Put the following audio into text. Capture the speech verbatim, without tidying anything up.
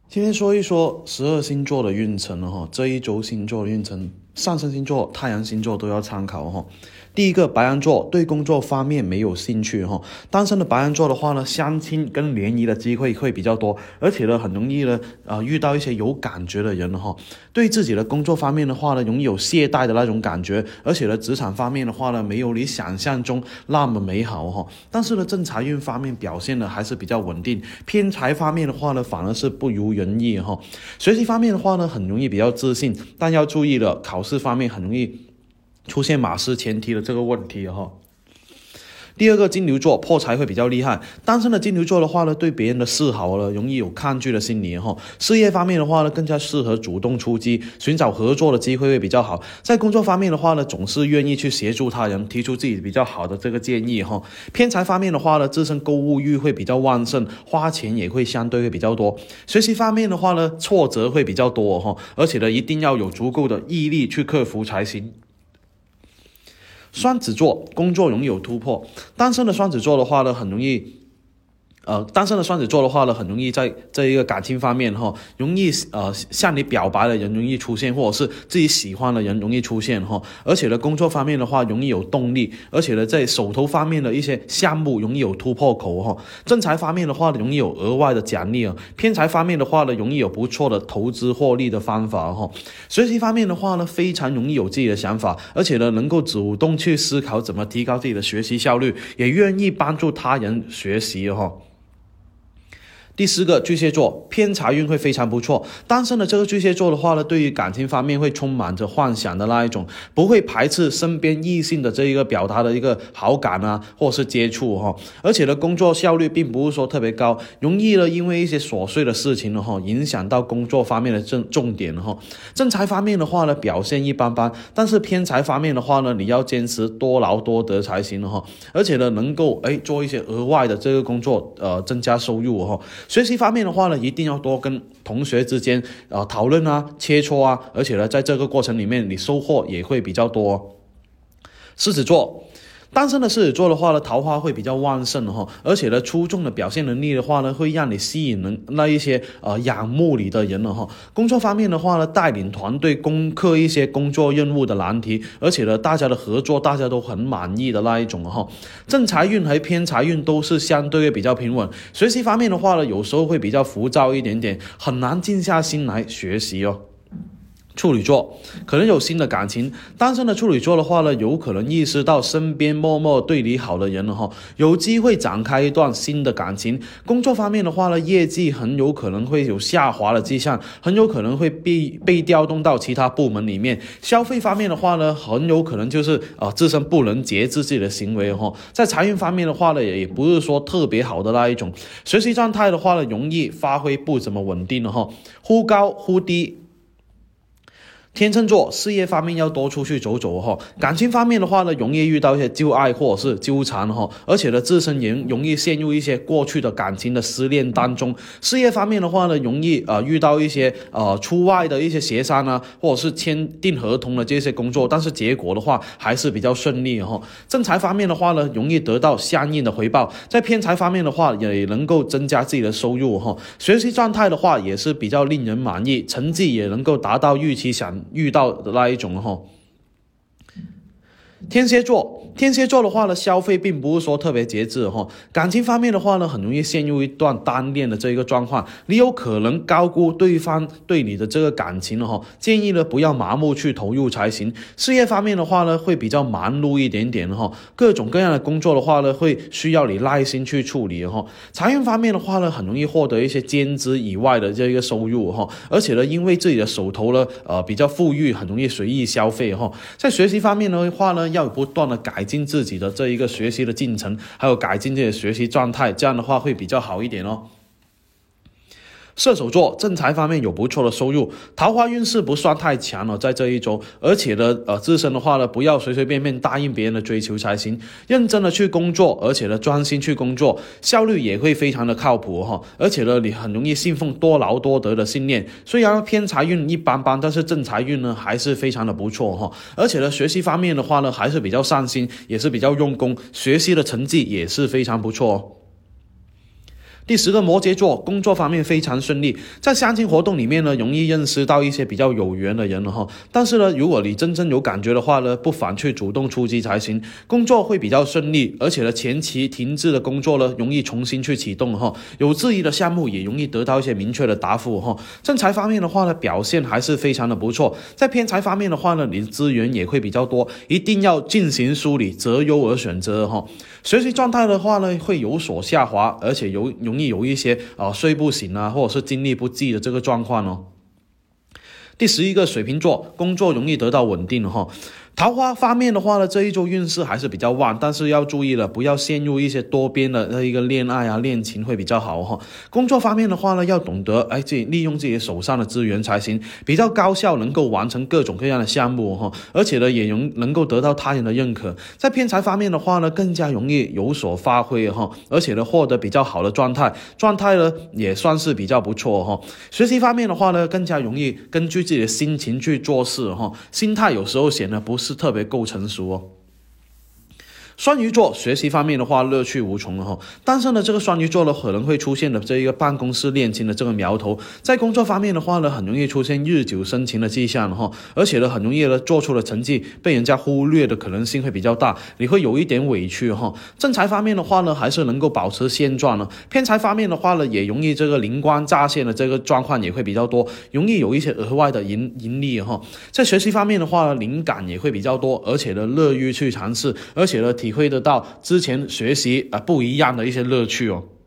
今天说一说十二星座的运程了哈，这一周星座的运程，上升星座、太阳星座都要参考哈。第一个，白羊座对工作方面没有兴趣哈，单身的白羊座的话呢，相亲跟联谊的机会会比较多，而且呢，很容易呢，呃，遇到一些有感觉的人哈。对自己的工作方面的话呢，容易有懈怠的那种感觉，而且呢，职场方面的话呢，没有你想象中那么美好哈。但是呢，正财运方面表现的还是比较稳定，偏财方面的话呢，反而是不如人意哈。学习方面的话呢，很容易比较自信，但要注意了，考试方面很容易出现马失前蹄的这个问题哈。第二个，金牛座破财会比较厉害，单身的金牛座的话呢，对别人的示好呢，容易有抗拒的心理哈。事业方面的话呢，更加适合主动出击，寻找合作的机会会比较好。在工作方面的话呢，总是愿意去协助他人，提出自己比较好的这个建议哈。偏财方面的话呢，自身购物欲会比较旺盛，花钱也会相对会比较多。学习方面的话呢，挫折会比较多哈，而且呢，一定要有足够的毅力去克服才行。双子座工作容易有突破，单身的双子座的话呢，很容易呃，单身的双子座的话呢，很容易在这一个感情方面哈，容易呃向你表白的人容易出现，或者是自己喜欢的人容易出现哈。而且呢，工作方面的话容易有动力，而且呢，在手头方面的一些项目容易有突破口哈。正财方面的话，容易有额外的奖励啊。偏财方面的话呢，容易有不错的投资获利的方法哈。学习方面的话呢，非常容易有自己的想法，而且呢，能够主动去思考怎么提高自己的学习效率，也愿意帮助他人学习哈。第四个，巨蟹座偏财运会非常不错，单身的这个巨蟹座的话呢，对于感情方面会充满着幻想的那一种，不会排斥身边异性的这一个表达的一个好感啊，或者是接触哈。而且呢，工作效率并不是说特别高，容易呢因为一些琐碎的事情呢哈，影响到工作方面的重重点哈。正财方面的话呢，表现一般般，但是偏财方面的话呢，你要坚持多劳多得才行哈。而且呢，能够哎做一些额外的这个工作，呃，增加收入哈。学习方面的话呢，一定要多跟同学之间呃讨论啊、切磋啊，而且呢，在这个过程里面，你收获也会比较多。狮子座。单身的狮子座的话呢，桃花会比较旺盛哈，而且呢，出众的表现能力的话呢，会让你吸引人那一些呃仰慕你的人了哈。工作方面的话呢，带领团队攻克一些工作任务的难题，而且呢，大家的合作大家都很满意的那一种哈。正财运和偏财运都是相对比较平稳。学习方面的话呢，有时候会比较浮躁一点点，很难静下心来学习哦。处女座可能有新的感情，单身的处女座的话呢，有可能意识到身边默默对你好的人了哈，有机会展开一段新的感情。工作方面的话呢，业绩很有可能会有下滑的迹象，很有可能会被被调动到其他部门里面。消费方面的话呢，很有可能就是呃自身不能节制自己的行为哈。在财运方面的话呢，也不是说特别好的那一种。学习状态的话呢，容易发挥不怎么稳定了哈，忽高忽低。天秤座事业方面要多出去走走哈，感情方面的话呢，容易遇到一些旧爱或者是纠缠哈，而且呢，自身也容易陷入一些过去的感情的失恋当中。事业方面的话呢，容易呃遇到一些呃出外的一些协商啊，或者是签订合同的这些工作，但是结果的话还是比较顺利哈。正财方面的话呢，容易得到相应的回报，在偏财方面的话，也能够增加自己的收入哈。学习状态的话也是比较令人满意，成绩也能够达到预期想遇到的那一种哈。天蝎座，天蝎座的话呢，消费并不是说特别节制哈。感情方面的话呢，很容易陷入一段单恋的这一个状况，你有可能高估对方对你的这个感情了哈。建议呢，不要盲目去投入才行。事业方面的话呢，会比较忙碌一点点哈。各种各样的工作的话呢，会需要你耐心去处理哈。财运方面的话呢，很容易获得一些兼职以外的这个收入哈。而且呢，因为自己的手头呢，呃，比较富裕，很容易随意消费哈。在学习方面的话呢，要不断的改进自己的这一个学习的进程，还有改进自己的学习状态，这样的话会比较好一点哦。射手座正财方面有不错的收入，桃花运势不算太强了，在这一周，而且呢，呃，自身的话呢，不要随随便便答应别人的追求才行，认真的去工作，而且呢，专心去工作，效率也会非常的靠谱哈，而且呢，你很容易信奉多劳多得的信念，虽然偏财运一般般，但是正财运呢还是非常的不错哈，而且呢，学习方面的话呢，还是比较上心，也是比较用功，学习的成绩也是非常不错哦。 第十个摩羯座，工作方面非常顺利，在相亲活动里面呢，容易认识到一些比较有缘的人了哈。但是呢，如果你真正有感觉的话呢，不妨去主动出击才行。工作会比较顺利，而且呢，前期停滞的工作呢，容易重新去启动哈。有质疑的项目也容易得到一些明确的答复哈。正财方面的话呢，表现还是非常的不错。在偏财方面的话呢，你的资源也会比较多，一定要进行梳理，择优而选择哈。学习状态的话呢，会有所下滑，而且有容易有一些啊、呃、睡不醒啊，或者是精力不济的这个状况哦。第十一个水瓶座，工作容易得到稳定哈。桃花方面的话呢，这一周运势还是比较旺，但是要注意了，不要陷入一些多边的一个恋爱啊、恋情会比较好哈。工作方面的话呢，要懂得哎，自己利用自己手上的资源才行，比较高效，能够完成各种各样的项目哈，而且呢，也能能够得到他人的认可。在偏财方面的话呢，更加容易有所发挥哈，而且呢，获得比较好的状态，状态呢也算是比较不错哈。学习方面的话呢，更加容易根据自己的心情去做事哈，心态有时候显得不是特别够成熟哦。双鱼座学习方面的话，乐趣无穷了哈。单身的这个双鱼座呢，可能会出现的这一个办公室恋情的这个苗头，在工作方面的话呢，很容易出现日久生情的迹象哈，而且呢，很容易呢做出的成绩被人家忽略的可能性会比较大，你会有一点委屈哈。正财方面的话呢，还是能够保持现状呢。偏财方面的话呢，也容易这个灵光乍现的这个状况也会比较多，容易有一些额外的盈盈利哈。在学习方面的话呢，灵感也会比较多，而且呢，乐于去尝试，而且呢，体会得到之前学习啊、呃、不一样的一些乐趣哦。